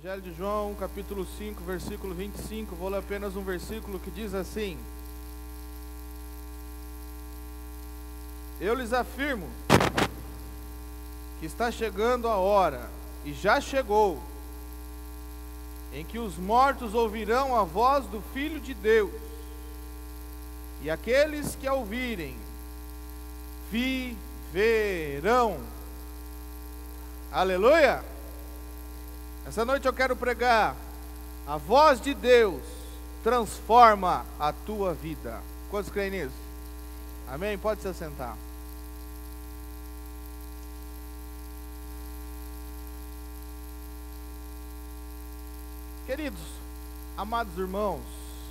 Evangelho de João, capítulo 5, versículo 25, vou ler apenas um versículo que diz assim: Eu lhes afirmo que está chegando a hora, e já chegou, em que os mortos ouvirão a voz do Filho de Deus, e aqueles que a ouvirem viverão. Aleluia! Essa noite eu quero pregar: a voz de Deus transforma a tua vida. Quantos creem nisso? Amém? Pode se assentar. Queridos, amados irmãos,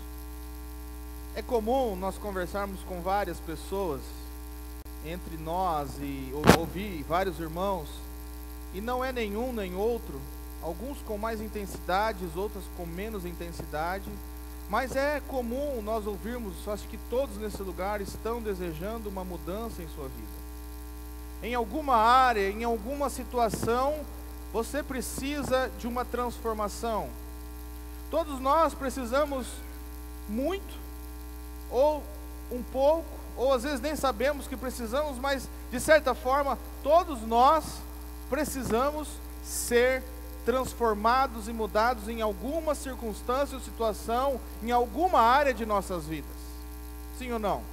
é comum nós conversarmos com várias pessoas entre nós e ouvir vários irmãos, e não é nenhum nem outro, alguns com mais intensidade, outros com menos intensidade, mas é comum nós ouvirmos, acho que todos nesse lugar estão desejando uma mudança em sua vida. Em alguma área, em alguma situação, você precisa de uma transformação. Todos nós precisamos muito, ou um pouco, ou às vezes nem sabemos que precisamos, mas de certa forma, todos nós precisamos ser transformados e mudados em alguma circunstância ou situação, em alguma área de nossas vidas. Sim ou não?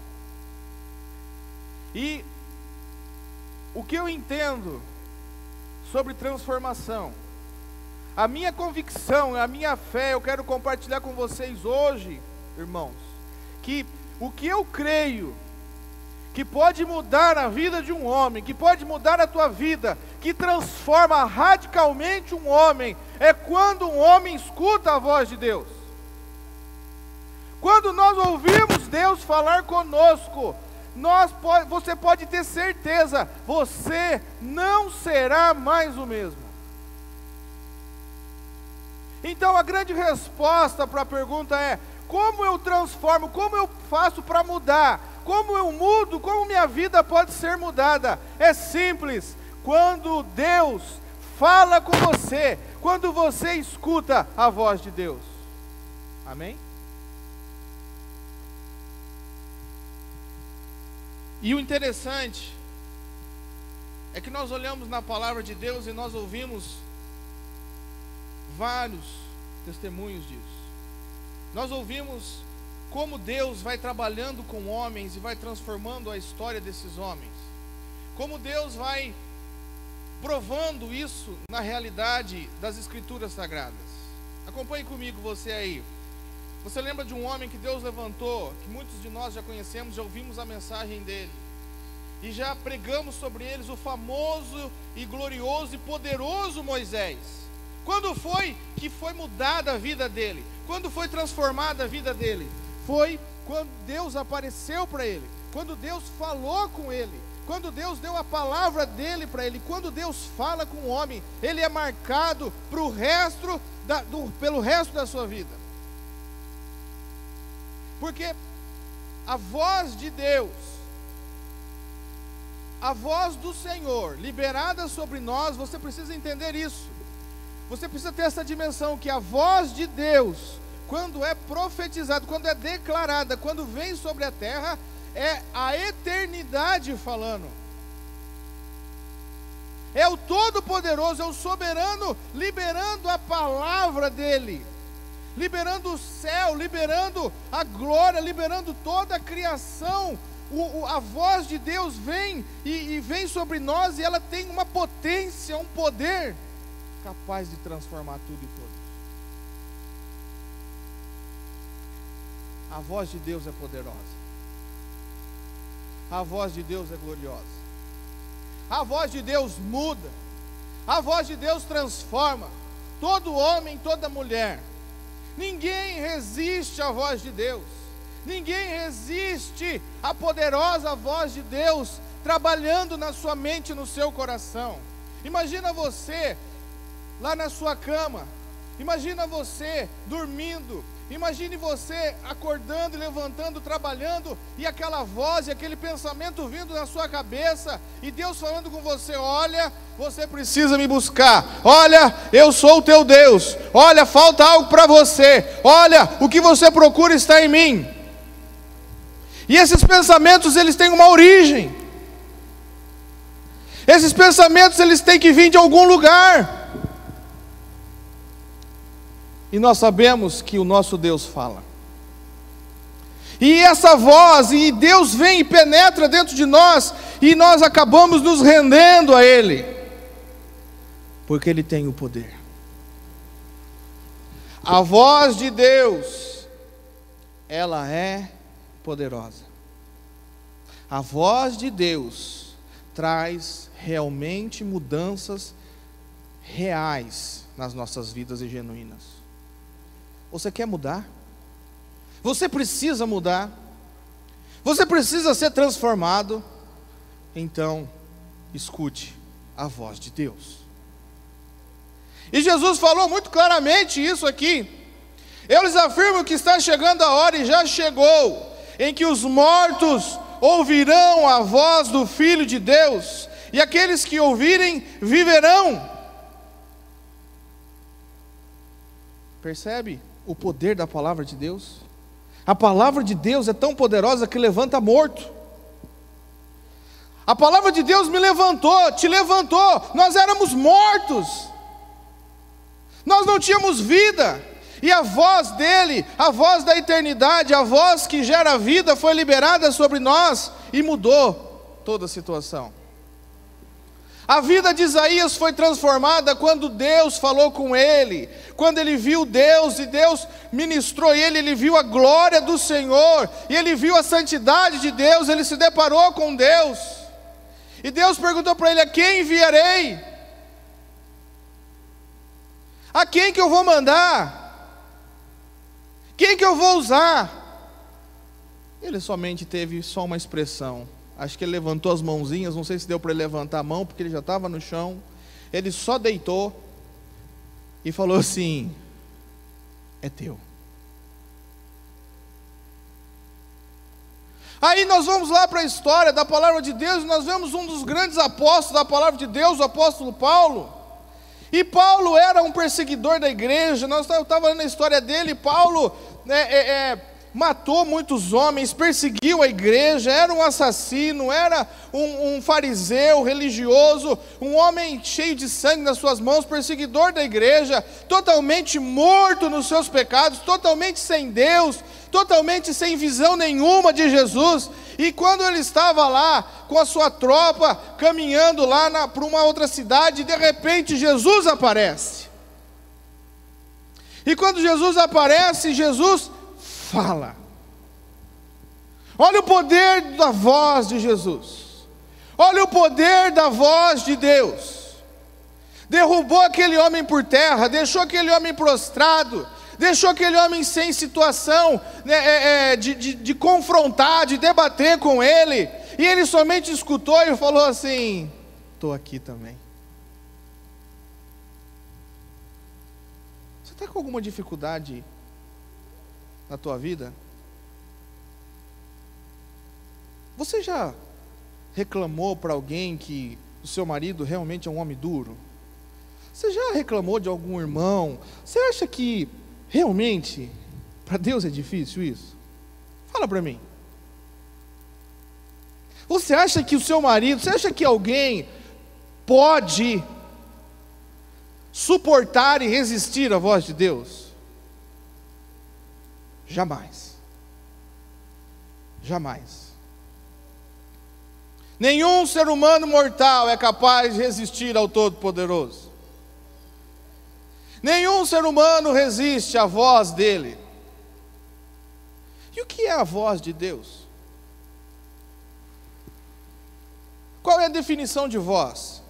E o que eu entendo sobre transformação, a minha convicção, a minha fé, eu quero compartilhar com vocês hoje, irmãos, que o que eu creio que pode mudar a vida de um homem, que pode mudar a tua vida, que transforma radicalmente um homem, é quando um homem escuta a voz de Deus. Quando nós ouvimos Deus falar conosco, você pode ter certeza, você não será mais o mesmo. Então a grande resposta para a pergunta é: como eu transformo, como eu faço para mudar? Como eu mudo, como minha vida pode ser mudada? É simples, quando Deus fala com você, quando você escuta a voz de Deus. Amém? E o interessante é que nós olhamos na palavra de Deus e nós ouvimos vários testemunhos disso. Nós ouvimos como Deus vai trabalhando com homens e vai transformando a história desses homens. Como Deus vai provando isso na realidade das Escrituras Sagradas. Acompanhe comigo você aí. Você lembra de um homem que Deus levantou, que muitos de nós já conhecemos, já ouvimos a mensagem dele, e já pregamos sobre eles, o famoso e glorioso e poderoso Moisés. Quando foi que foi mudada a vida dele? Quando foi transformada a vida dele? Foi quando Deus apareceu para ele, quando Deus falou com ele, quando Deus deu a palavra dele para ele. Quando Deus fala com o homem, ele é marcado pelo resto da sua vida. Porque a voz de Deus, a voz do Senhor liberada sobre nós, você precisa entender isso. Você precisa ter essa dimensão que a voz de Deus, quando é profetizada, quando é declarada, quando vem sobre a terra, é a eternidade falando. É o Todo-Poderoso, é o Soberano liberando a palavra dele, liberando o céu, liberando a glória, liberando toda a criação. A voz de Deus vem e vem sobre nós, e ela tem uma potência, um poder capaz de transformar tudo e todos. A voz de Deus é poderosa. A voz de Deus é gloriosa. A voz de Deus muda. A voz de Deus transforma todo homem, toda mulher. Ninguém resiste à voz de Deus. Ninguém resiste à poderosa voz de Deus trabalhando na sua mente e no seu coração. Imagina você lá na sua cama, Imagina você dormindo, imagine você acordando, levantando, trabalhando, e aquela voz e aquele pensamento vindo na sua cabeça, e Deus falando com você: olha, você precisa me buscar, olha, eu sou o teu Deus, olha, falta algo para você, olha, o que você procura está em mim. E esses pensamentos, eles têm uma origem, esses pensamentos, eles têm que vir de algum lugar. E nós sabemos que o nosso Deus fala. E essa voz, e Deus vem e penetra dentro de nós, e nós acabamos nos rendendo a Ele, porque Ele tem o poder. A voz de Deus, ela é poderosa. A voz de Deus traz realmente mudanças reais nas nossas vidas e genuínas. Você quer mudar? Você precisa mudar? Você precisa ser transformado? Então, escute a voz de Deus. E Jesus falou muito claramente isso aqui. Eu lhes afirmo que está chegando a hora, e já chegou, em que os mortos ouvirão a voz do Filho de Deus, e aqueles que ouvirem viverão. Percebe o poder da palavra de Deus? A palavra de Deus é tão poderosa que levanta morto. A palavra de Deus me levantou, te levantou. Nós éramos mortos, nós não tínhamos vida, e a voz dele, a voz da eternidade, a voz que gera vida, foi liberada sobre nós e mudou toda a situação. A vida de Isaías foi transformada quando Deus falou com ele, quando ele viu Deus, e Deus ministrou ele, ele viu a glória do Senhor, e ele viu a santidade de Deus, ele se deparou com Deus, e Deus perguntou para ele: a quem enviarei? A quem que eu vou mandar? Quem que eu vou usar? Ele somente teve só uma expressão. Acho que ele levantou as mãozinhas, não sei se deu para ele levantar a mão, porque ele já estava no chão. Ele só deitou e falou assim: é teu. Aí nós vamos lá para a história da palavra de Deus, e nós vemos um dos grandes apóstolos da palavra de Deus, o apóstolo Paulo. E Paulo era um perseguidor da igreja. Nós estávamos lendo a história dele. Paulo matou muitos homens, perseguiu a igreja, era um assassino, era um fariseu religioso, um homem cheio de sangue nas suas mãos, perseguidor da igreja, totalmente morto nos seus pecados, totalmente sem Deus, totalmente sem visão nenhuma de Jesus. E quando ele estava lá com a sua tropa, caminhando lá para uma outra cidade, de repente Jesus aparece. E quando Jesus aparece, Jesus fala. Olha o poder da voz de Jesus. Olha o poder da voz de Deus. Derrubou aquele homem por terra, deixou aquele homem prostrado, deixou aquele homem sem situação de confrontar, de debater com ele, e ele somente escutou e falou assim: estou aqui também. Você está com alguma dificuldade na tua vida? Você já reclamou para alguém que o seu marido realmente é um homem duro? Você já reclamou de algum irmão? Você acha que realmente para Deus é difícil isso? Fala para mim. Você acha que o seu marido, você acha que alguém pode suportar e resistir à voz de Deus? Jamais. Jamais. Nenhum ser humano mortal é capaz de resistir ao Todo-Poderoso. Nenhum ser humano resiste à voz dele. E o que é a voz de Deus? Qual é a definição de voz?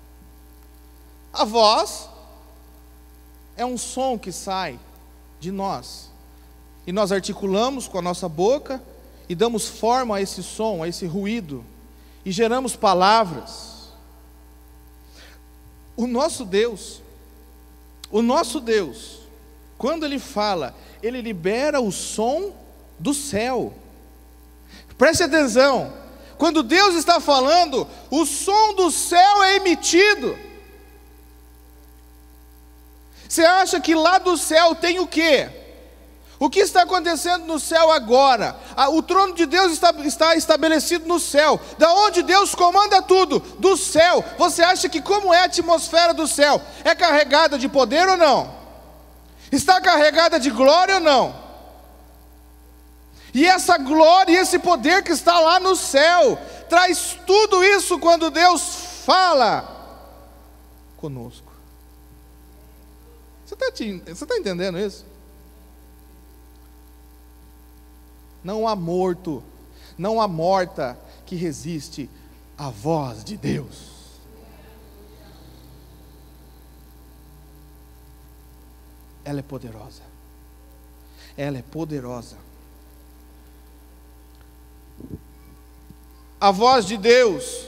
A voz é um som que sai de nós, e nós articulamos com a nossa boca e damos forma a esse som, a esse ruído, e geramos palavras. O nosso Deus quando ele fala, ele libera o som do céu. Preste atenção, quando Deus está falando, o som do céu é emitido. Você acha que lá do céu tem o quê? O que está acontecendo no céu agora? O trono de Deus está estabelecido no céu. Da onde Deus comanda tudo? Do céu. Você acha que como é a atmosfera do céu? É carregada de poder ou não? Está carregada de glória ou não? E essa glória e esse poder que está lá no céu, traz tudo isso quando Deus fala conosco. Você está entendendo isso? Não há morto, não há morta que resiste à voz de Deus. Ela é poderosa. Ela é poderosa. A voz de Deus,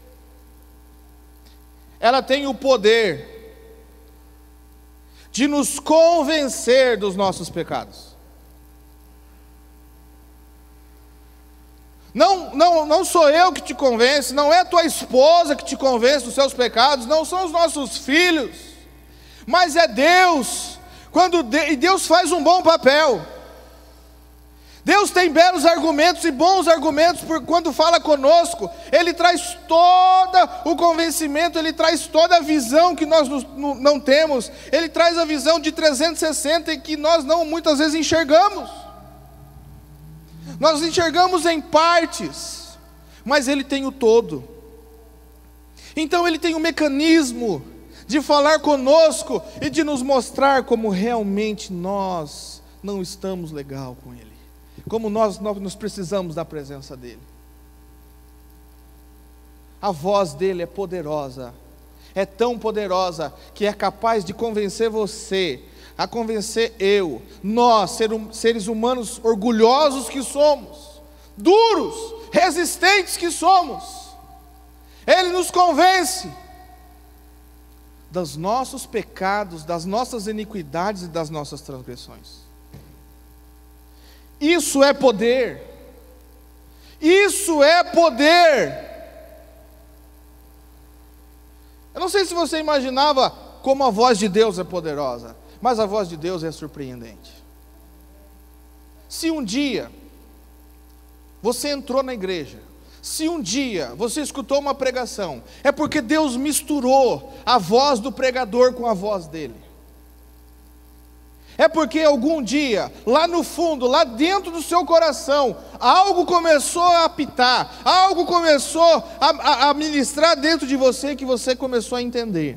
ela tem o poder de nos convencer dos nossos pecados. Não sou eu que te convence, não é tua esposa que te convence dos seus pecados, não são os nossos filhos, mas é Deus. E Deus faz um bom papel. Deus tem belos argumentos e bons argumentos, quando fala conosco, Ele traz todo o convencimento, Ele traz toda a visão que nós não temos, Ele traz a visão de 360 e que nós não muitas vezes enxergamos. Nós enxergamos em partes, mas Ele tem o todo. Então Ele tem um mecanismo de falar conosco e de nos mostrar como realmente nós não estamos legal com Ele, como nós precisamos da presença dEle. A voz dEle é poderosa, é tão poderosa que é capaz de convencer você, a convencer nós, seres humanos orgulhosos que somos, duros, resistentes que somos. Ele nos convence dos nossos pecados, das nossas iniquidades e das nossas transgressões. Isso é poder. Isso é poder. Eu não sei se você imaginava como a voz de Deus é poderosa, mas a voz de Deus é surpreendente. Se um dia você entrou na igreja, se um dia você escutou uma pregação, é porque Deus misturou a voz do pregador com a voz dele. É porque algum dia, lá no fundo, lá dentro do seu coração, algo começou a apitar, algo começou a ministrar dentro de você, que você começou a entender: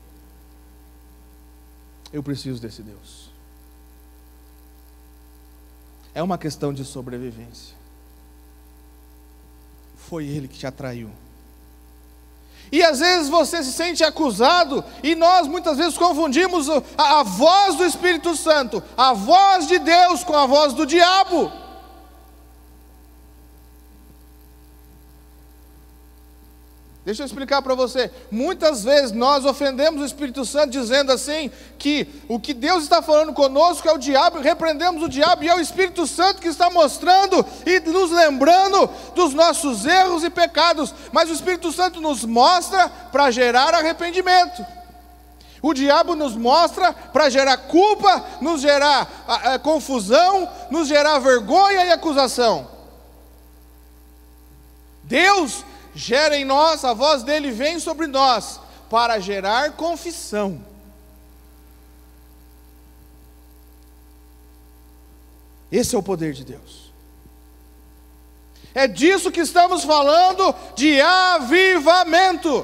eu preciso desse Deus. É uma questão de sobrevivência. Foi Ele que te atraiu. E às vezes você se sente acusado, e nós muitas vezes confundimos a voz do Espírito Santo, a voz de Deus, com a voz do diabo. Deixa eu explicar para você. Muitas vezes nós ofendemos o Espírito Santo dizendo assim, que o que Deus está falando conosco é o diabo, repreendemos o diabo, e é o Espírito Santo que está mostrando e nos lembrando dos nossos erros e pecados. Mas o Espírito Santo nos mostra para gerar arrependimento. O diabo nos mostra para gerar culpa, nos gerar confusão, nos gerar vergonha e acusação. Deus gera em nós, a voz dele vem sobre nós para gerar confissão. Esse é o poder de Deus. É disso que estamos falando, de avivamento.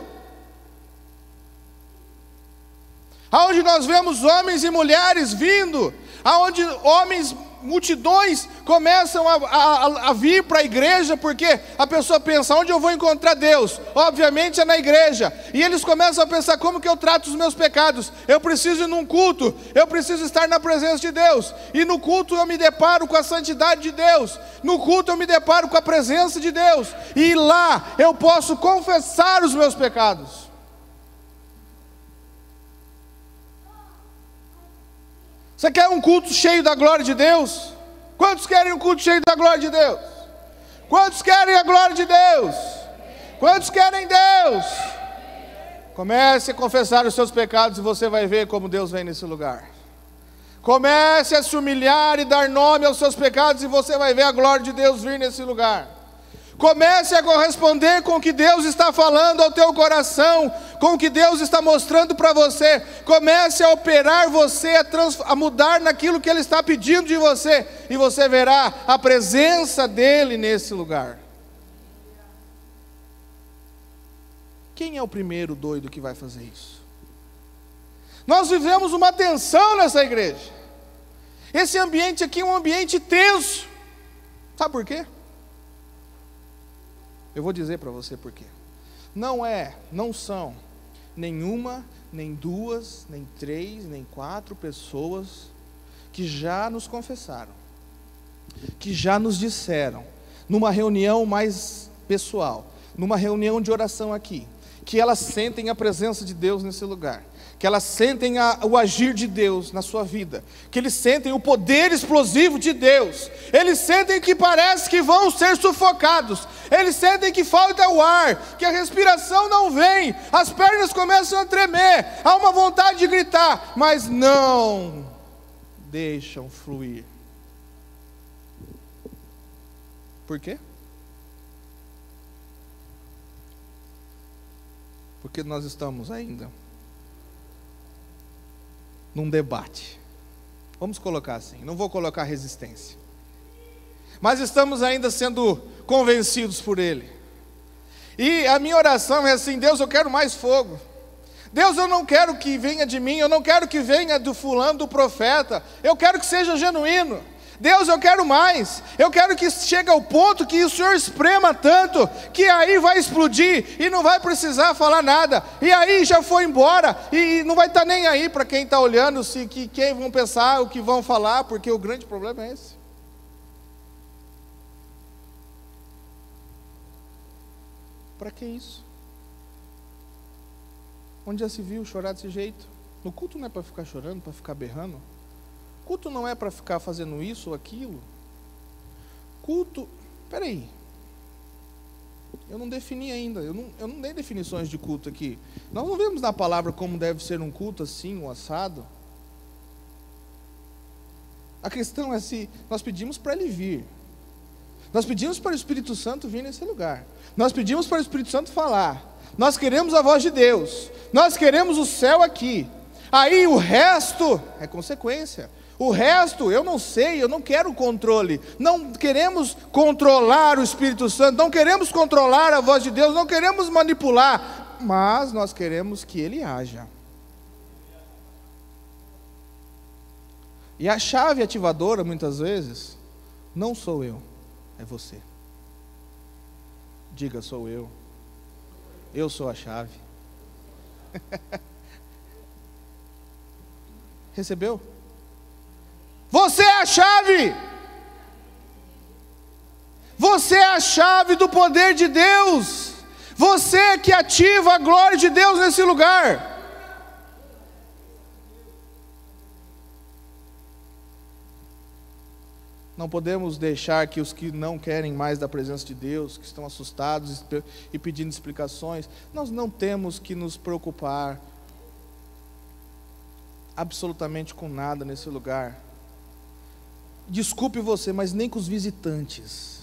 Aonde nós vemos homens e mulheres vindo, aonde multidões começam a vir para a igreja, porque a pessoa pensa: onde eu vou encontrar Deus? Obviamente é na igreja. E eles começam a pensar: como que eu trato os meus pecados? Eu preciso ir num culto, eu preciso estar na presença de Deus. E no culto eu me deparo com a santidade de Deus, no culto eu me deparo com a presença de Deus, e lá eu posso confessar os meus pecados. Você quer um culto cheio da glória de Deus? Quantos querem um culto cheio da glória de Deus? Quantos querem a glória de Deus? Quantos querem Deus? Comece a confessar os seus pecados e você vai ver como Deus vem nesse lugar. Comece a se humilhar e dar nome aos seus pecados e você vai ver a glória de Deus vir nesse lugar. Comece a corresponder com o que Deus está falando ao teu coração, com o que Deus está mostrando para você. Comece a operar você, a mudar naquilo que Ele está pedindo de você, e você verá a presença dEle nesse lugar. Quem é o primeiro doido que vai fazer isso? Nós vivemos uma tensão nessa igreja. Esse ambiente aqui é um ambiente tenso. Sabe por quê? Eu vou dizer para você por quê. Não são nenhuma, nem duas, nem três, nem quatro pessoas que já nos confessaram, que já nos disseram, numa reunião mais pessoal, numa reunião de oração aqui, que elas sentem a presença de Deus nesse lugar, que elas sentem o agir de Deus na sua vida, que eles sentem o poder explosivo de Deus, eles sentem que parece que vão ser sufocados, eles sentem que falta o ar, que a respiração não vem, as pernas começam a tremer, há uma vontade de gritar, mas não deixam fluir. Por quê? Porque nós estamos ainda num debate. Vamos colocar assim, não vou colocar resistência. Mas estamos ainda sendo convencidos por Ele. E a minha oração é assim: Deus, eu quero mais fogo. Deus, eu não quero que venha de mim, eu não quero que venha do fulano, do profeta. Eu quero que seja genuíno. Deus, eu quero mais, eu quero que chegue ao ponto que o Senhor esprema tanto, que aí vai explodir, e não vai precisar falar nada, e aí já foi embora, e não vai estar nem aí para quem está olhando, quem vão pensar, o que vão falar, porque o grande problema é esse. Para que isso? Onde já se viu chorar desse jeito? No culto não é para ficar chorando, para ficar berrando. Culto não é para ficar fazendo isso ou aquilo. Culto, peraí, eu não defini ainda, eu não dei definições de culto aqui. Nós não vemos na palavra como deve ser um culto assim, um assado. A questão é se nós pedimos para Ele vir. Nós pedimos para o Espírito Santo vir nesse lugar. Nós pedimos para o Espírito Santo falar. Nós queremos a voz de Deus. Nós queremos o céu aqui. Aí o resto é consequência. O resto, eu não sei, eu não quero controle. Não queremos controlar o Espírito Santo, não queremos controlar a voz de Deus, não queremos manipular, mas nós queremos que Ele haja. E a chave ativadora, muitas vezes, não sou eu, é você. Diga, sou eu. Eu sou a chave. Recebeu? Você é a chave. Você é a chave do poder de Deus. Você que ativa a glória de Deus nesse lugar. Não podemos deixar que os que não querem mais da presença de Deus, que estão assustados e pedindo explicações, nós não temos que nos preocupar absolutamente com nada nesse lugar. Desculpe você, mas nem com os visitantes.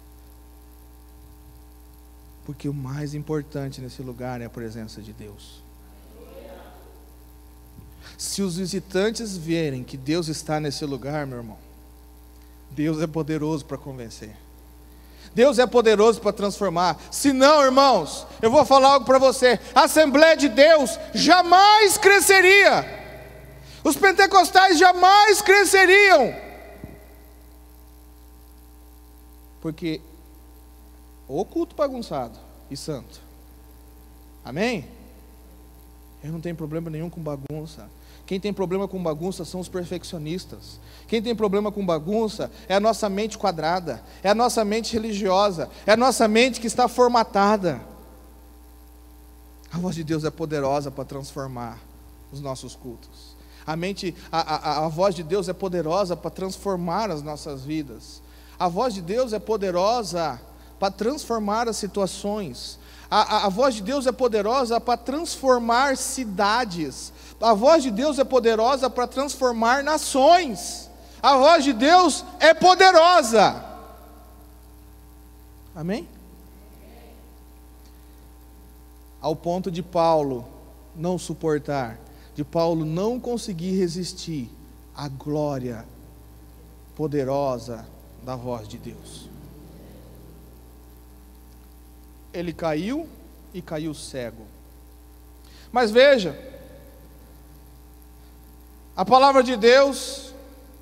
Porque o mais importante nesse lugar é a presença de Deus. Se os visitantes verem que Deus está nesse lugar, meu irmão, Deus é poderoso para convencer. Deus é poderoso para transformar. Se não, irmãos, eu vou falar algo para você: a Assembleia de Deus jamais cresceria. Os pentecostais jamais cresceriam. Porque o culto bagunçado e santo. Amém? Eu não tenho problema nenhum com bagunça. Quem tem problema com bagunça são os perfeccionistas. Quem tem problema com bagunça é a nossa mente quadrada, é a nossa mente religiosa, é a nossa mente que está formatada. A voz de Deus é poderosa para transformar os nossos cultos. A voz de Deus é poderosa para transformar as nossas vidas. A voz de Deus é poderosa para transformar as situações. A voz de Deus é poderosa para transformar cidades. A voz de Deus é poderosa para transformar nações. A voz de Deus é poderosa. Amém? Ao ponto de Paulo não suportar, de Paulo não conseguir resistir à glória poderosa da voz de Deus. Ele caiu e caiu cego. Mas veja, a palavra de Deus,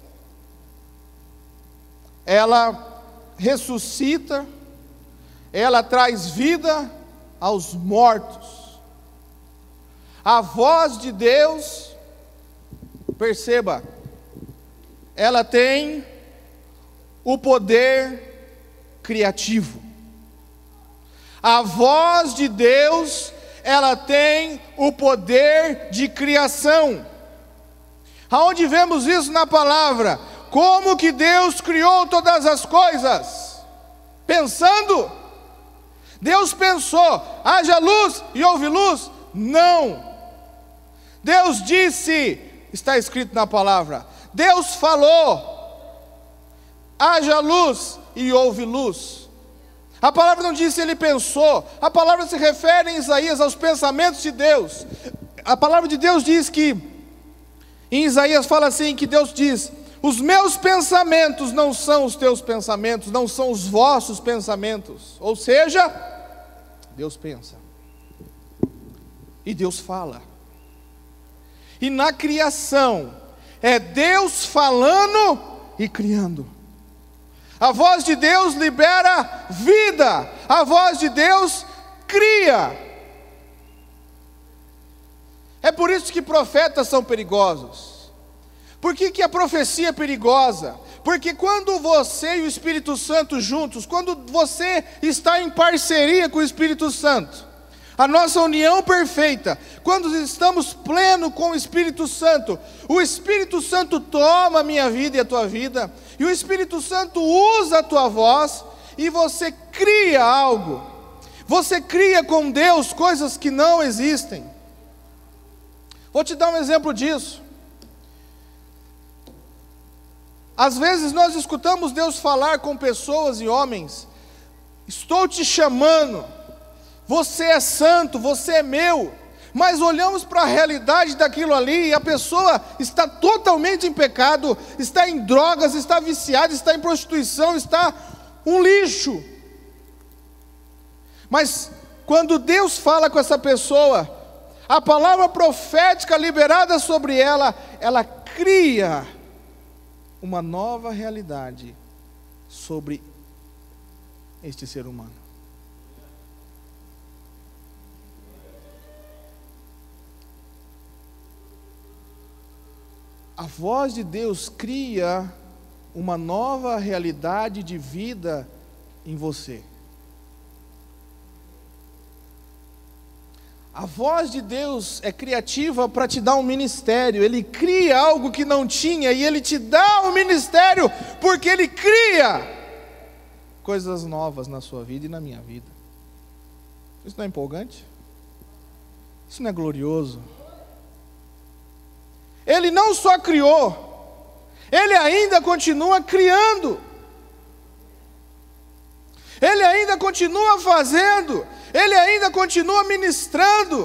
ela ressuscita, ela traz vida aos mortos. A voz de Deus, perceba, ela tem o poder criativo. A voz de Deus, ela tem o poder de criação. Aonde vemos isso na palavra? Como que Deus criou todas as coisas? Pensando. Deus pensou, haja luz e houve luz? Não. Deus disse, está escrito na palavra, Deus falou, haja luz e houve luz. A palavra não diz se ele pensou, a palavra se refere em Isaías aos pensamentos de Deus. A palavra de Deus diz que, em Isaías fala assim, que Deus diz, os meus pensamentos não são os teus pensamentos, não são os vossos pensamentos. Ou seja, Deus pensa, e Deus fala. E na criação, é Deus falando e criando. A voz de Deus libera vida. A voz de Deus cria. É por isso que profetas são perigosos. Por que a profecia é perigosa? Porque quando você e o Espírito Santo juntos, quando você está em parceria com o Espírito Santo, a nossa união perfeita, quando estamos pleno com o Espírito Santo toma a minha vida e a tua vida, e o Espírito Santo usa a tua voz, e você cria algo, você cria com Deus coisas que não existem. Vou te dar um exemplo disso. Às vezes nós escutamos Deus falar com pessoas e homens, estou te chamando, você é santo, você é meu, mas olhamos para a realidade daquilo ali e a pessoa está totalmente em pecado, está em drogas, está viciada, está em prostituição, está um lixo. Mas quando Deus fala com essa pessoa, a palavra profética liberada sobre ela, ela cria uma nova realidade sobre este ser humano. A voz de Deus cria uma nova realidade de vida em você. A voz de Deus é criativa para te dar um ministério. Ele cria algo que não tinha e Ele te dá um ministério porque Ele cria coisas novas na sua vida e na minha vida. Isso não é empolgante? Isso não é glorioso? Ele não só criou, Ele ainda continua criando. Ele ainda continua fazendo. Ele ainda continua ministrando.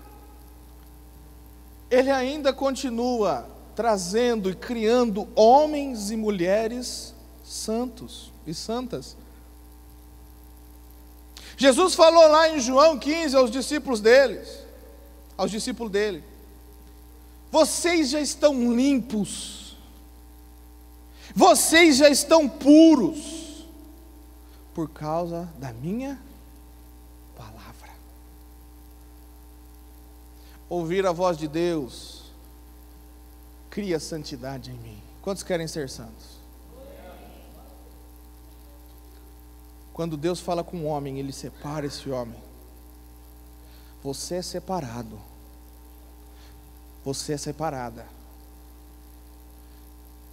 Ele ainda continua trazendo e criando homens e mulheres santos e santas. Jesus falou lá em João 15 aos discípulos dele: vocês já estão limpos, vocês já estão puros, por causa da minha palavra. Ouvir a voz de Deus cria santidade em mim. Quantos querem ser santos? Quando Deus fala com um homem, Ele separa esse homem. Você é separado. Você é separada.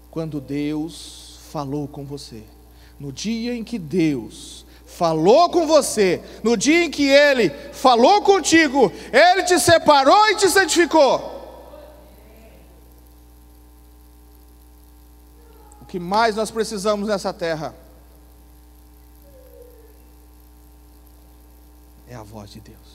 quando Deus falou com você. No dia em que Deus falou com você, no dia em que Ele falou contigo, Ele te separou e te santificou. O que mais nós precisamos nessa terra é a voz de Deus.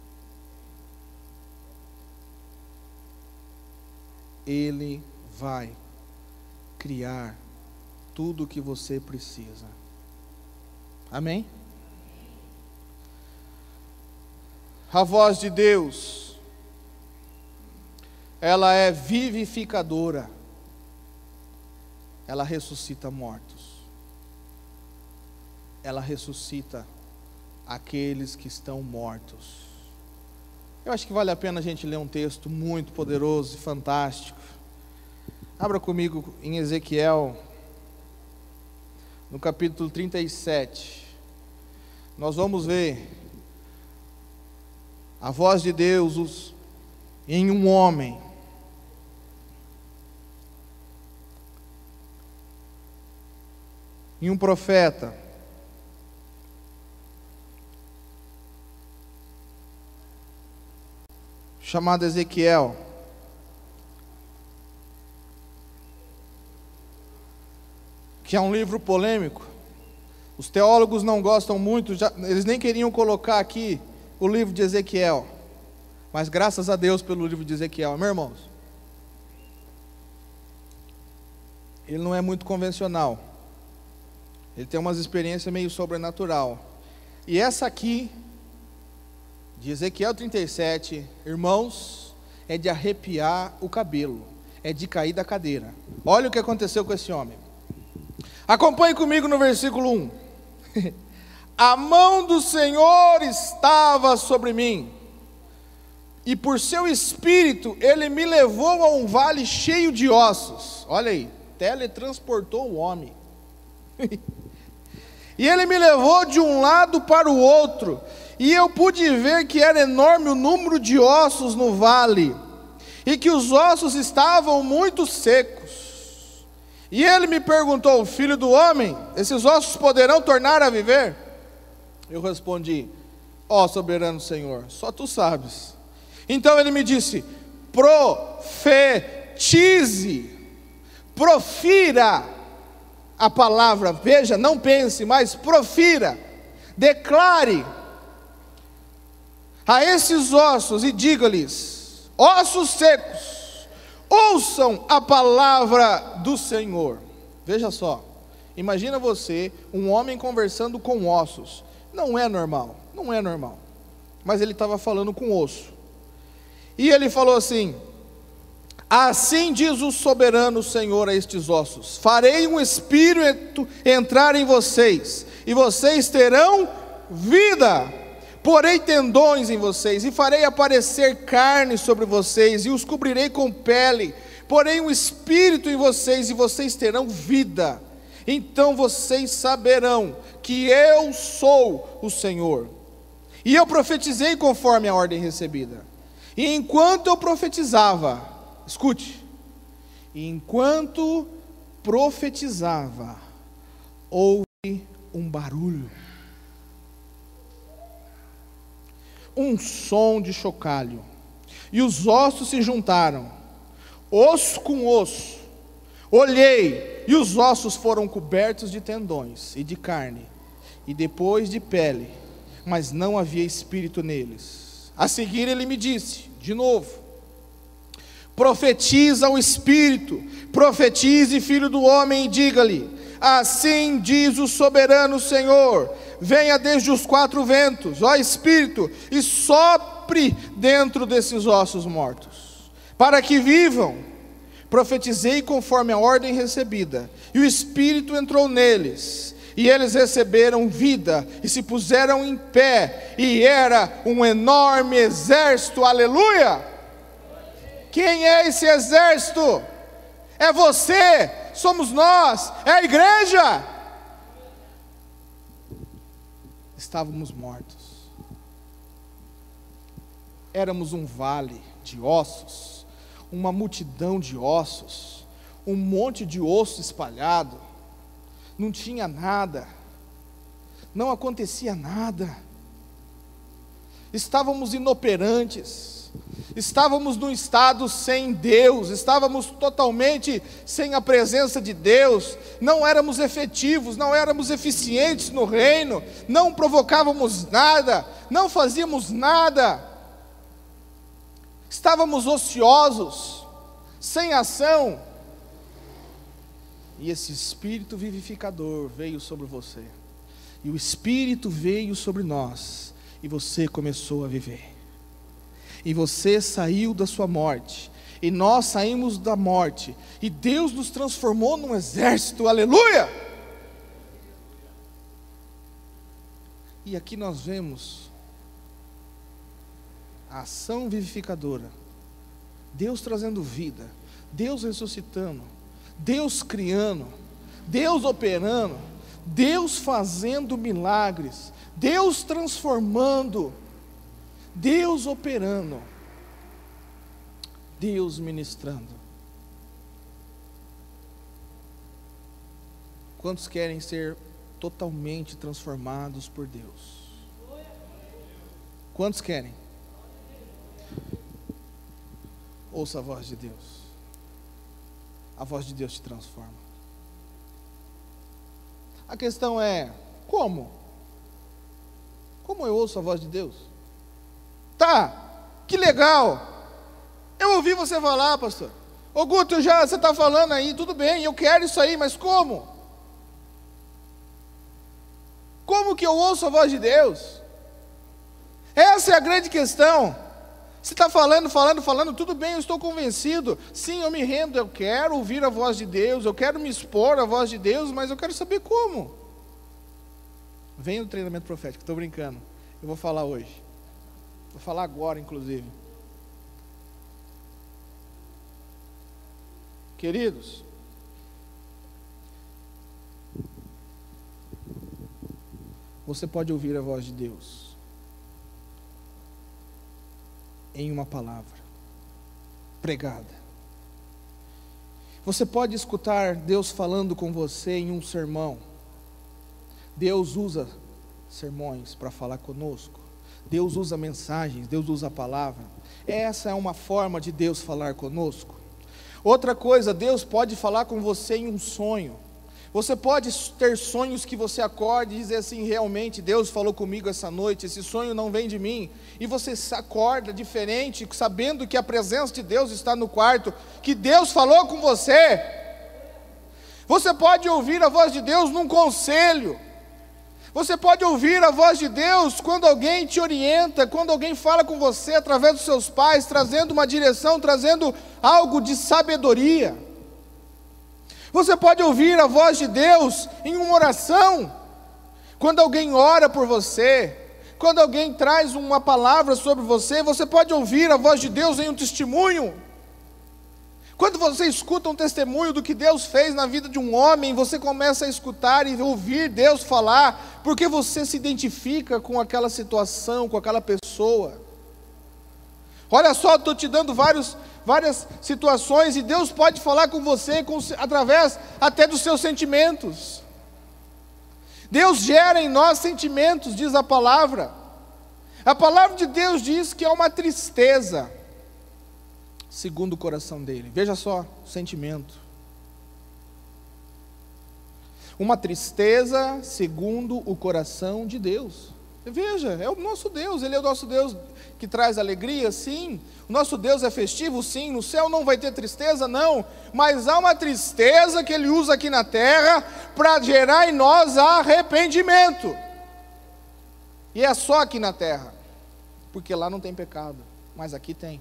Ele vai criar tudo o que você precisa. Amém? A voz de Deus, ela é vivificadora. Ela ressuscita mortos. Ela ressuscita aqueles que estão mortos. Eu acho que vale a pena a gente ler um texto muito poderoso e fantástico. Abra comigo em Ezequiel, no capítulo 37. Nós vamos ver a voz de Deus em um homem. Em um profeta. Chamado Ezequiel. Que é um livro polêmico. Os teólogos não gostam muito, eles nem queriam colocar aqui o livro de Ezequiel. Mas graças a Deus pelo livro de Ezequiel, meus irmãos. Ele não é muito convencional. Ele tem umas experiências meio sobrenatural. E essa aqui, de Ezequiel 37, irmãos, é de arrepiar o cabelo, é de cair da cadeira. Olha o que aconteceu com esse homem. Acompanhe comigo no versículo 1. A mão do Senhor estava sobre mim, e por seu espírito ele me levou a um vale cheio de ossos. Olha aí, teletransportou o homem. E ele me levou de um lado para o outro, e eu pude ver que era enorme o número de ossos no vale, e que os ossos estavam muito secos. E ele me perguntou: filho do homem, esses ossos poderão tornar a viver? Eu respondi: ó soberano Senhor, só tu sabes. Então ele me disse: profetize, profira a palavra, veja, não pense, mas profira, declare a esses ossos e diga-lhes: ossos secos, ouçam a palavra do Senhor. Veja só, imagina você, um homem conversando com ossos. Não é normal, não é normal, mas ele estava falando com osso. E ele falou assim: assim diz o soberano Senhor a estes ossos: farei um espírito entrar em vocês, e vocês terão vida. Porei tendões em vocês, e farei aparecer carne sobre vocês, e os cobrirei com pele. Porei um espírito em vocês, e vocês terão vida. Então vocês saberão que eu sou o Senhor. E eu profetizei conforme a ordem recebida. E enquanto eu profetizava, escute, enquanto profetizava, houve um barulho, um som de chocalho, e os ossos se juntaram, osso com osso. Olhei, e os ossos foram cobertos de tendões e de carne, e depois de pele, mas não havia espírito neles. A seguir ele me disse, de novo: profetiza o Espírito, profetize, filho do homem, e diga-lhe: assim diz o soberano Senhor, venha desde os quatro ventos, ó Espírito, e sopre dentro desses ossos mortos, para que vivam. Profetizei conforme a ordem recebida, e o Espírito entrou neles, e eles receberam vida, e se puseram em pé, e era um enorme exército. Aleluia! Quem é esse exército? É você, somos nós, é a igreja. Estávamos mortos, éramos um vale de ossos, uma multidão de ossos, um monte de osso espalhado, não tinha nada, não acontecia nada, estávamos inoperantes, estávamos num estado sem Deus, estávamos totalmente sem a presença de Deus, não éramos efetivos, não éramos eficientes no reino, não provocávamos nada, não fazíamos nada, estávamos ociosos, sem ação. E esse Espírito vivificador veio sobre você, e o Espírito veio sobre nós, e você começou a viver, e você saiu da sua morte, e nós saímos da morte, e Deus nos transformou num exército, aleluia! E aqui nós vemos a ação vivificadora, Deus trazendo vida, Deus ressuscitando, Deus criando, Deus operando, Deus fazendo milagres, Deus transformando, Deus operando, Deus ministrando. Quantos querem ser totalmente transformados por Deus? Quantos querem? Ouça a voz de Deus. A voz de Deus te transforma. A questão é, como? Como eu ouço a voz de Deus? Tá, que legal. Eu ouvi você falar, pastor. Ô Guto, você está falando aí, tudo bem, eu quero isso aí, mas como? Como que eu ouço a voz de Deus? Essa é a grande questão. Você está falando, tudo bem, eu estou convencido. Sim, eu me rendo, eu quero ouvir a voz de Deus, eu quero me expor à voz de Deus, mas eu quero saber como. Vem no treinamento profético, estou brincando. Eu vou falar hoje. Vou falar agora, inclusive. Queridos, você pode ouvir a voz de Deus em uma palavra pregada. Você pode escutar Deus falando com você em um sermão. Deus usa sermões para falar conosco. Deus usa mensagens, Deus usa a palavra. Essa é uma forma de Deus falar conosco. Outra coisa, Deus pode falar com você em um sonho. Você pode ter sonhos que você acorde e dizer assim, realmente Deus falou comigo essa noite, esse sonho não vem de mim, e você acorda diferente, sabendo que a presença de Deus está no quarto, que Deus falou com você. Você pode ouvir a voz de Deus num conselho, você pode ouvir a voz de Deus quando alguém te orienta, quando alguém fala com você através dos seus pais, trazendo uma direção, trazendo algo de sabedoria. Você pode ouvir a voz de Deus em uma oração, quando alguém ora por você, quando alguém traz uma palavra sobre você, você pode ouvir a voz de Deus em um testemunho. Quando você escuta um testemunho do que Deus fez na vida de um homem, você começa a escutar e ouvir Deus falar, porque você se identifica com aquela situação, com aquela pessoa. Olha só, estou te dando várias situações, e Deus pode falar com você através até dos seus sentimentos. Deus gera em nós sentimentos, diz a palavra. A palavra de Deus diz que é uma tristeza, segundo o coração dele. Veja só, sentimento. Uma tristeza segundo o coração de Deus. Veja, é o nosso Deus, Ele é o nosso Deus que traz alegria, sim. O nosso Deus é festivo, sim. No céu não vai ter tristeza, não. Mas há uma tristeza que Ele usa aqui na terra para gerar em nós arrependimento. E é só aqui na terra, porque lá não tem pecado, mas aqui tem.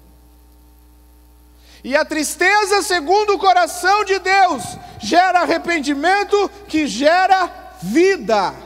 E a tristeza, segundo o coração de Deus, gera arrependimento que gera vida.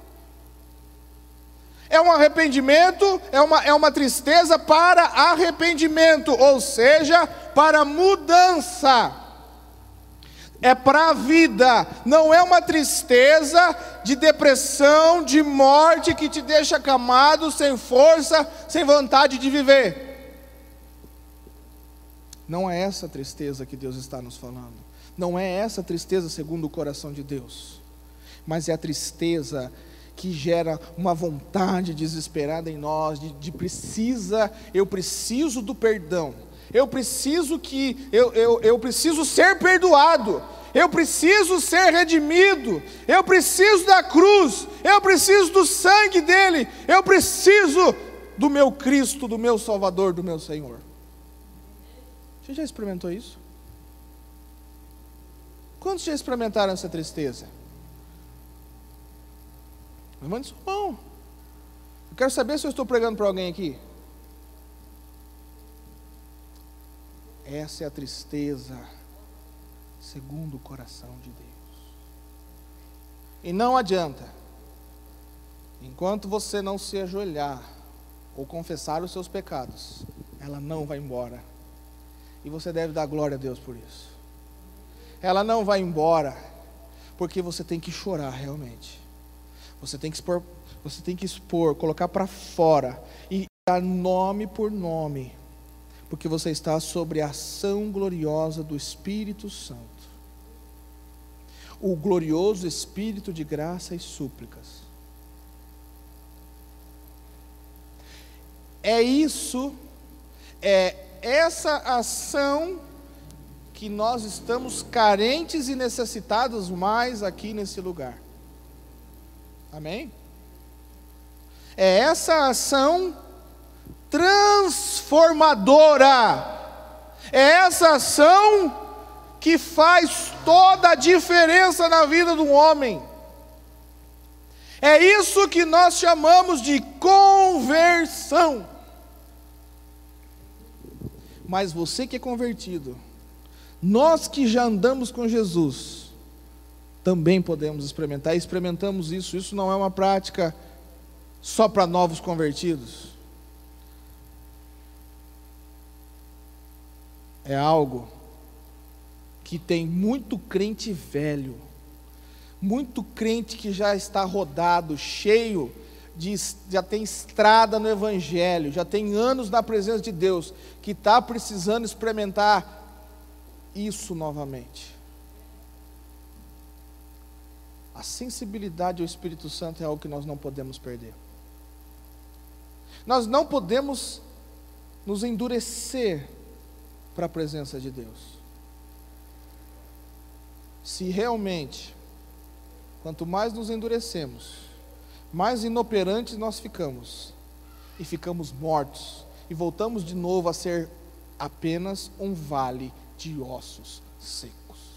É um arrependimento, é uma tristeza para arrependimento, ou seja, para mudança. É para a vida, não é uma tristeza de depressão, de morte, que te deixa acamado, sem força, sem vontade de viver. Não é essa tristeza que Deus está nos falando. Não é essa tristeza segundo o coração de Deus, mas é a tristeza que gera uma vontade desesperada em nós, eu preciso do perdão, eu preciso ser perdoado, eu preciso ser redimido, eu preciso da cruz, eu preciso do sangue dele, eu preciso do meu Cristo, do meu Salvador, do meu Senhor. Você já experimentou isso? Quantos já experimentaram essa tristeza? Levante sua mão. Eu quero saber se eu estou pregando para alguém aqui. Essa é a tristeza segundo o coração de Deus. E não adianta, enquanto você não se ajoelhar ou confessar os seus pecados, ela não vai embora. E você deve dar glória a Deus por isso. Ela não vai embora, porque você tem que chorar realmente. Você tem que expor, colocar para fora e dar nome por nome, porque você está sobre a ação gloriosa do Espírito Santo, o glorioso Espírito de graça e súplicas. É essa ação que nós estamos carentes e necessitados mais aqui nesse lugar. Amém? É essa ação transformadora, é essa ação que faz toda a diferença na vida do homem. É isso que nós chamamos de conversão. Mas você que é convertido, nós que já andamos com Jesus, também podemos experimentar, e experimentamos isso. Isso não é uma prática só para novos convertidos. É algo que tem muito crente velho, muito crente que já está rodado, cheio, já tem estrada no Evangelho, já tem anos na presença de Deus, que está precisando experimentar isso novamente. A sensibilidade ao Espírito Santo é algo que nós não podemos perder. Nós não podemos nos endurecer para a presença de Deus. Se realmente, quanto mais nos endurecemos, mais inoperantes nós ficamos, e ficamos mortos, e voltamos de novo a ser apenas um vale de ossos secos.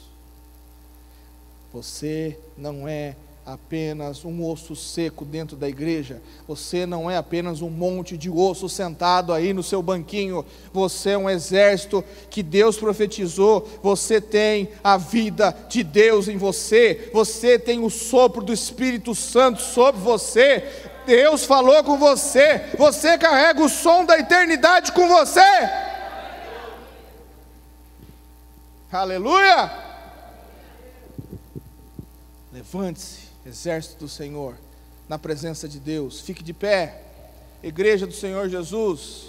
Você não é apenas um osso seco dentro da igreja, você não é apenas um monte de osso sentado aí no seu banquinho, você é um exército que Deus profetizou, você tem a vida de Deus em você, você tem o sopro do Espírito Santo sobre você, Deus falou com você, você carrega o som da eternidade com você. Aleluia! Levante-se, exército do Senhor, na presença de Deus. Fique de pé, igreja do Senhor Jesus.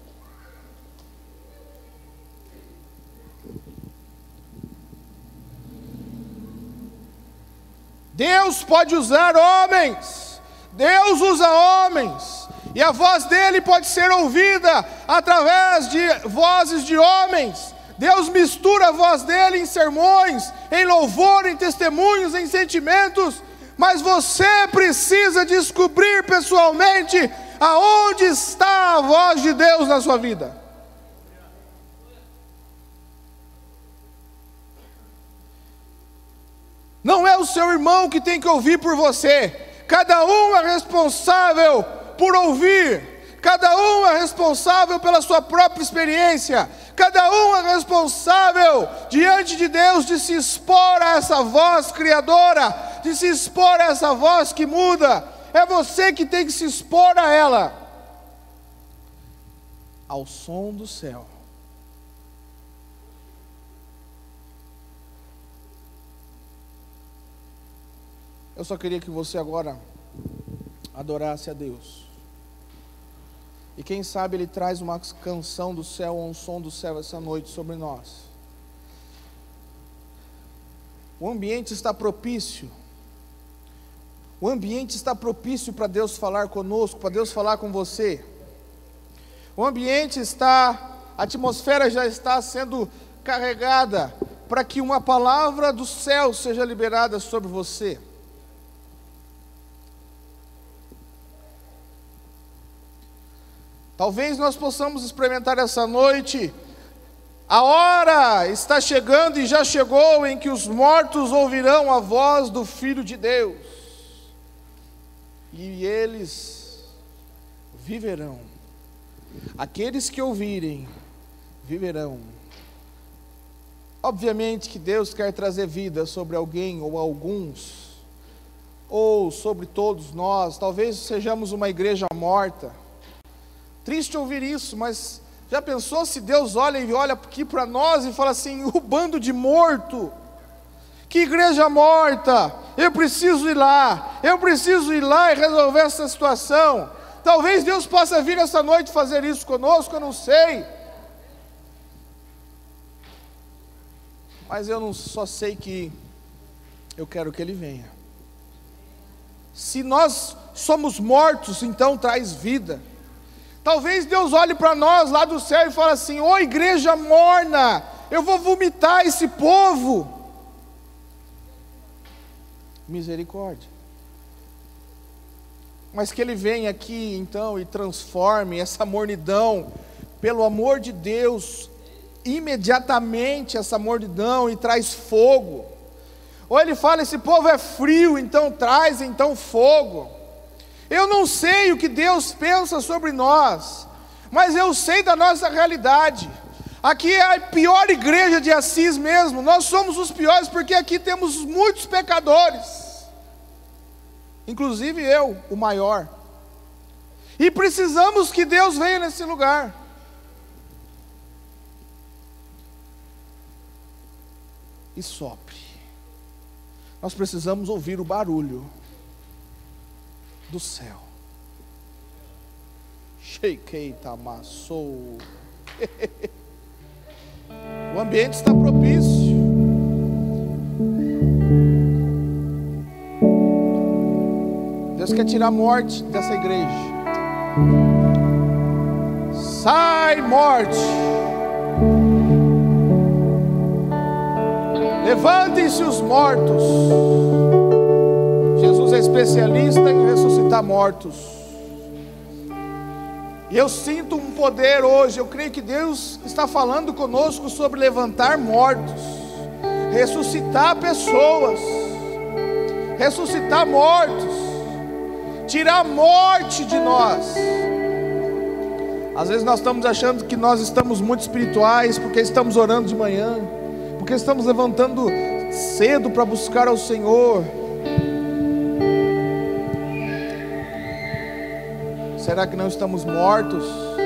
Deus pode usar homens, Deus usa homens, e a voz dele pode ser ouvida através de vozes de homens. Deus mistura a voz dele em sermões, em louvor, em testemunhos, em sentimentos, mas você precisa descobrir pessoalmente aonde está a voz de Deus na sua vida. Não é o seu irmão que tem que ouvir por você, cada um é responsável por ouvir. Cada um é responsável pela sua própria experiência. Cada um é responsável diante de Deus de se expor a essa voz criadora, de se expor a essa voz que muda. É você que tem que se expor a ela, ao som do céu. Eu só queria que você agora adorasse a Deus. E quem sabe Ele traz uma canção do céu ou um som do céu essa noite sobre nós. O ambiente está propício. O ambiente está propício para Deus falar conosco, para Deus falar com você. O ambiente está, a atmosfera já está sendo carregada para que uma palavra do céu seja liberada sobre você. Talvez nós possamos experimentar essa noite. A hora está chegando e já chegou em que os mortos ouvirão a voz do Filho de Deus. E eles viverão. Aqueles que ouvirem, viverão. Obviamente que Deus quer trazer vida sobre alguém ou alguns, ou sobre todos nós. Talvez sejamos uma igreja morta. Triste ouvir isso, mas já pensou se Deus olha aqui para nós e fala assim: o bando de morto, que igreja morta, eu preciso ir lá e resolver essa situação. Talvez Deus possa vir essa noite fazer isso conosco, eu não sei, mas eu não só sei que eu quero que Ele venha. Se nós somos mortos, então traz vida. Talvez Deus olhe para nós lá do céu e fale assim: ô igreja morna, eu vou vomitar esse povo. Misericórdia. Mas que Ele venha aqui então e transforme essa mornidão, pelo amor de Deus, imediatamente essa mornidão, e traz fogo. Ou Ele fala: esse povo é frio, então traz então fogo. Eu não sei o que Deus pensa sobre nós, mas eu sei da nossa realidade. Aqui é a pior igreja de Assis mesmo. Nós somos os piores porque aqui temos muitos pecadores, inclusive eu, o maior. E precisamos que Deus venha nesse lugar. E sopre. Nós precisamos ouvir o barulho do céu. Shekei tamassou. O ambiente está propício. Deus quer tirar a morte dessa igreja. Sai, morte. Levantem-se os mortos. Jesus é especialista em ressuscitar mortos. E eu sinto um poder hoje. Eu creio que Deus está falando conosco sobre levantar mortos, ressuscitar pessoas, ressuscitar mortos, tirar a morte de nós. Às vezes nós estamos achando que nós estamos muito espirituais porque estamos orando de manhã, porque estamos levantando cedo para buscar ao Senhor. Será que não estamos mortos?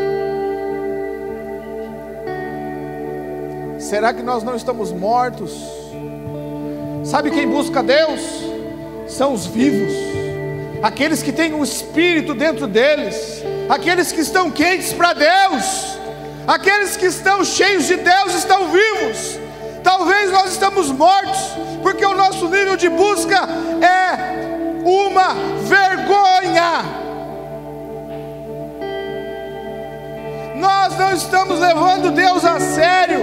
Será que nós não estamos mortos? Sabe quem busca Deus? São os vivos, aqueles que têm um espírito dentro deles, aqueles que estão quentes para Deus, aqueles que estão cheios de Deus estão vivos. Talvez nós estamos mortos porque o nosso nível de busca é uma vergonha. Nós não estamos levando Deus a sério.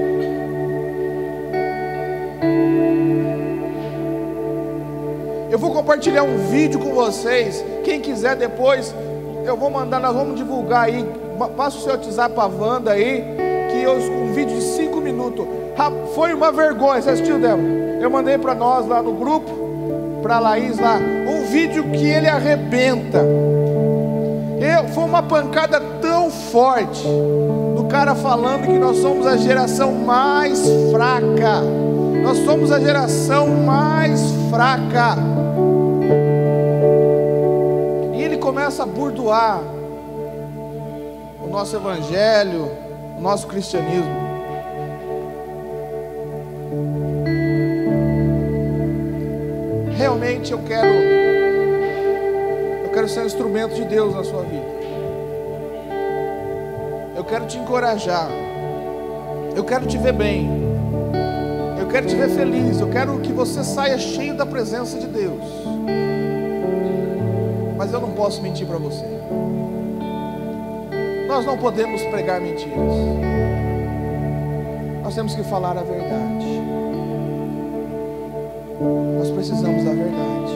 Eu vou compartilhar um vídeo com vocês. Quem quiser depois, eu vou mandar, nós vamos divulgar aí. Passa o seu WhatsApp para a Wanda aí, um vídeo de 5 minutos. Foi uma vergonha. Você assistiu, Débora? Eu mandei para nós lá no grupo, para a Laís lá, um vídeo que ele arrebenta. Foi uma pancada tão forte do cara falando que nós somos a geração mais fraca. Nós somos a geração mais fraca. E ele começa a burdoar o nosso evangelho, o nosso cristianismo. Realmente eu quero ser um instrumento de Deus na sua vida. Eu quero te encorajar. Eu quero te ver bem. Eu quero te ver feliz, eu quero que você saia cheio da presença de Deus. Mas eu não posso mentir para você. Nós não podemos pregar mentiras. Nós temos que falar a verdade. Nós precisamos da verdade.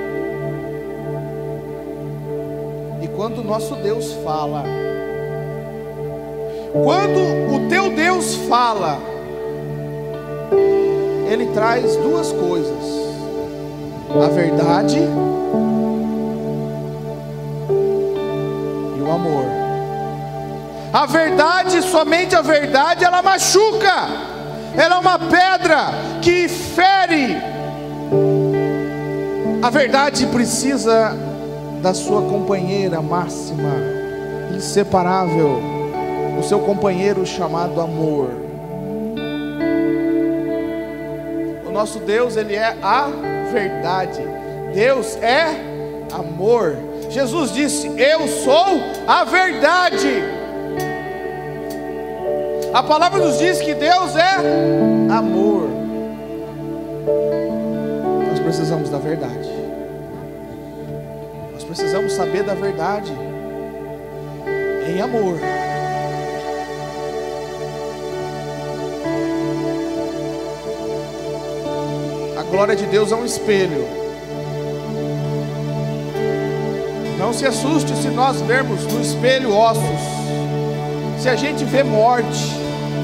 E quando o nosso Deus fala, quando o teu Deus fala, Ele traz duas coisas: a verdade e o amor. A verdade, somente a verdade, ela machuca. Ela é uma pedra que fere. A verdade precisa da sua companheira máxima, inseparável, o seu companheiro chamado amor. O nosso Deus, Ele é a verdade. Deus é amor. Jesus disse: eu sou a verdade. A palavra nos diz que Deus é amor. Nós precisamos da verdade. Nós precisamos saber da verdade em amor. A glória de Deus é um espelho. Não se assuste se nós vermos no espelho ossos. Se a gente vê morte.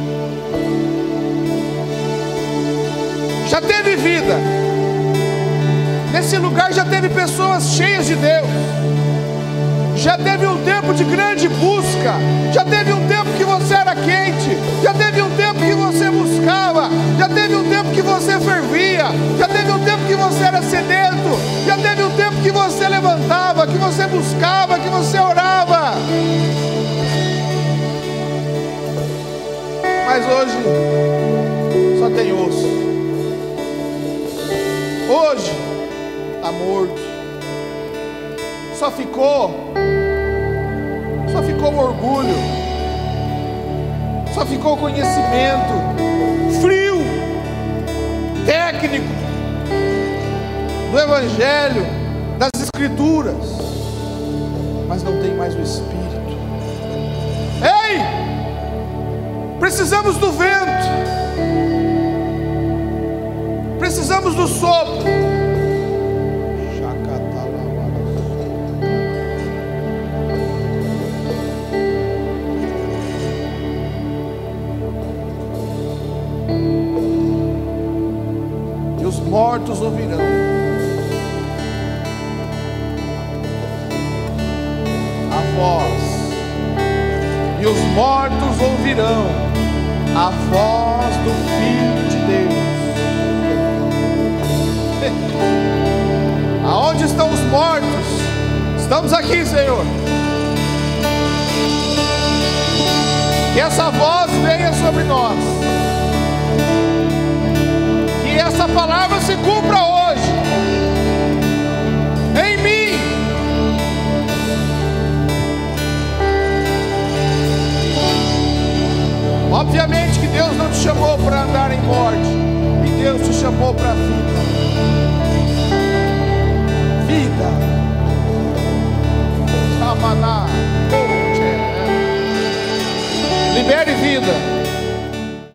Já teve vida. Nesse lugar já teve pessoas cheias de Deus. Já teve um tempo de grande busca. Já teve um tempo que você era quente. Já teve um tempo que você buscava. Já teve um tempo que você fervia. Já teve um tempo que você era sedento. Já teve um tempo que você levantava, que você buscava, que você orava. Mas hoje só tem osso. Hoje está morto. Só ficou o orgulho. Só ficou o conhecimento frio, técnico do Evangelho, das Escrituras. Mas não tem mais o Espírito. Ei! Precisamos do vento. Precisamos do sopro. E os mortos ouvirão. A voz. E os mortos ouvirão a voz do Filho de Deus. Aonde estão os mortos? Estamos aqui, Senhor. Que essa voz venha sobre nós. Que essa palavra se cumpra hoje em mim. Obviamente que Deus não te chamou para andar em morte, e Deus te chamou para a vida. Vida. Libere vida.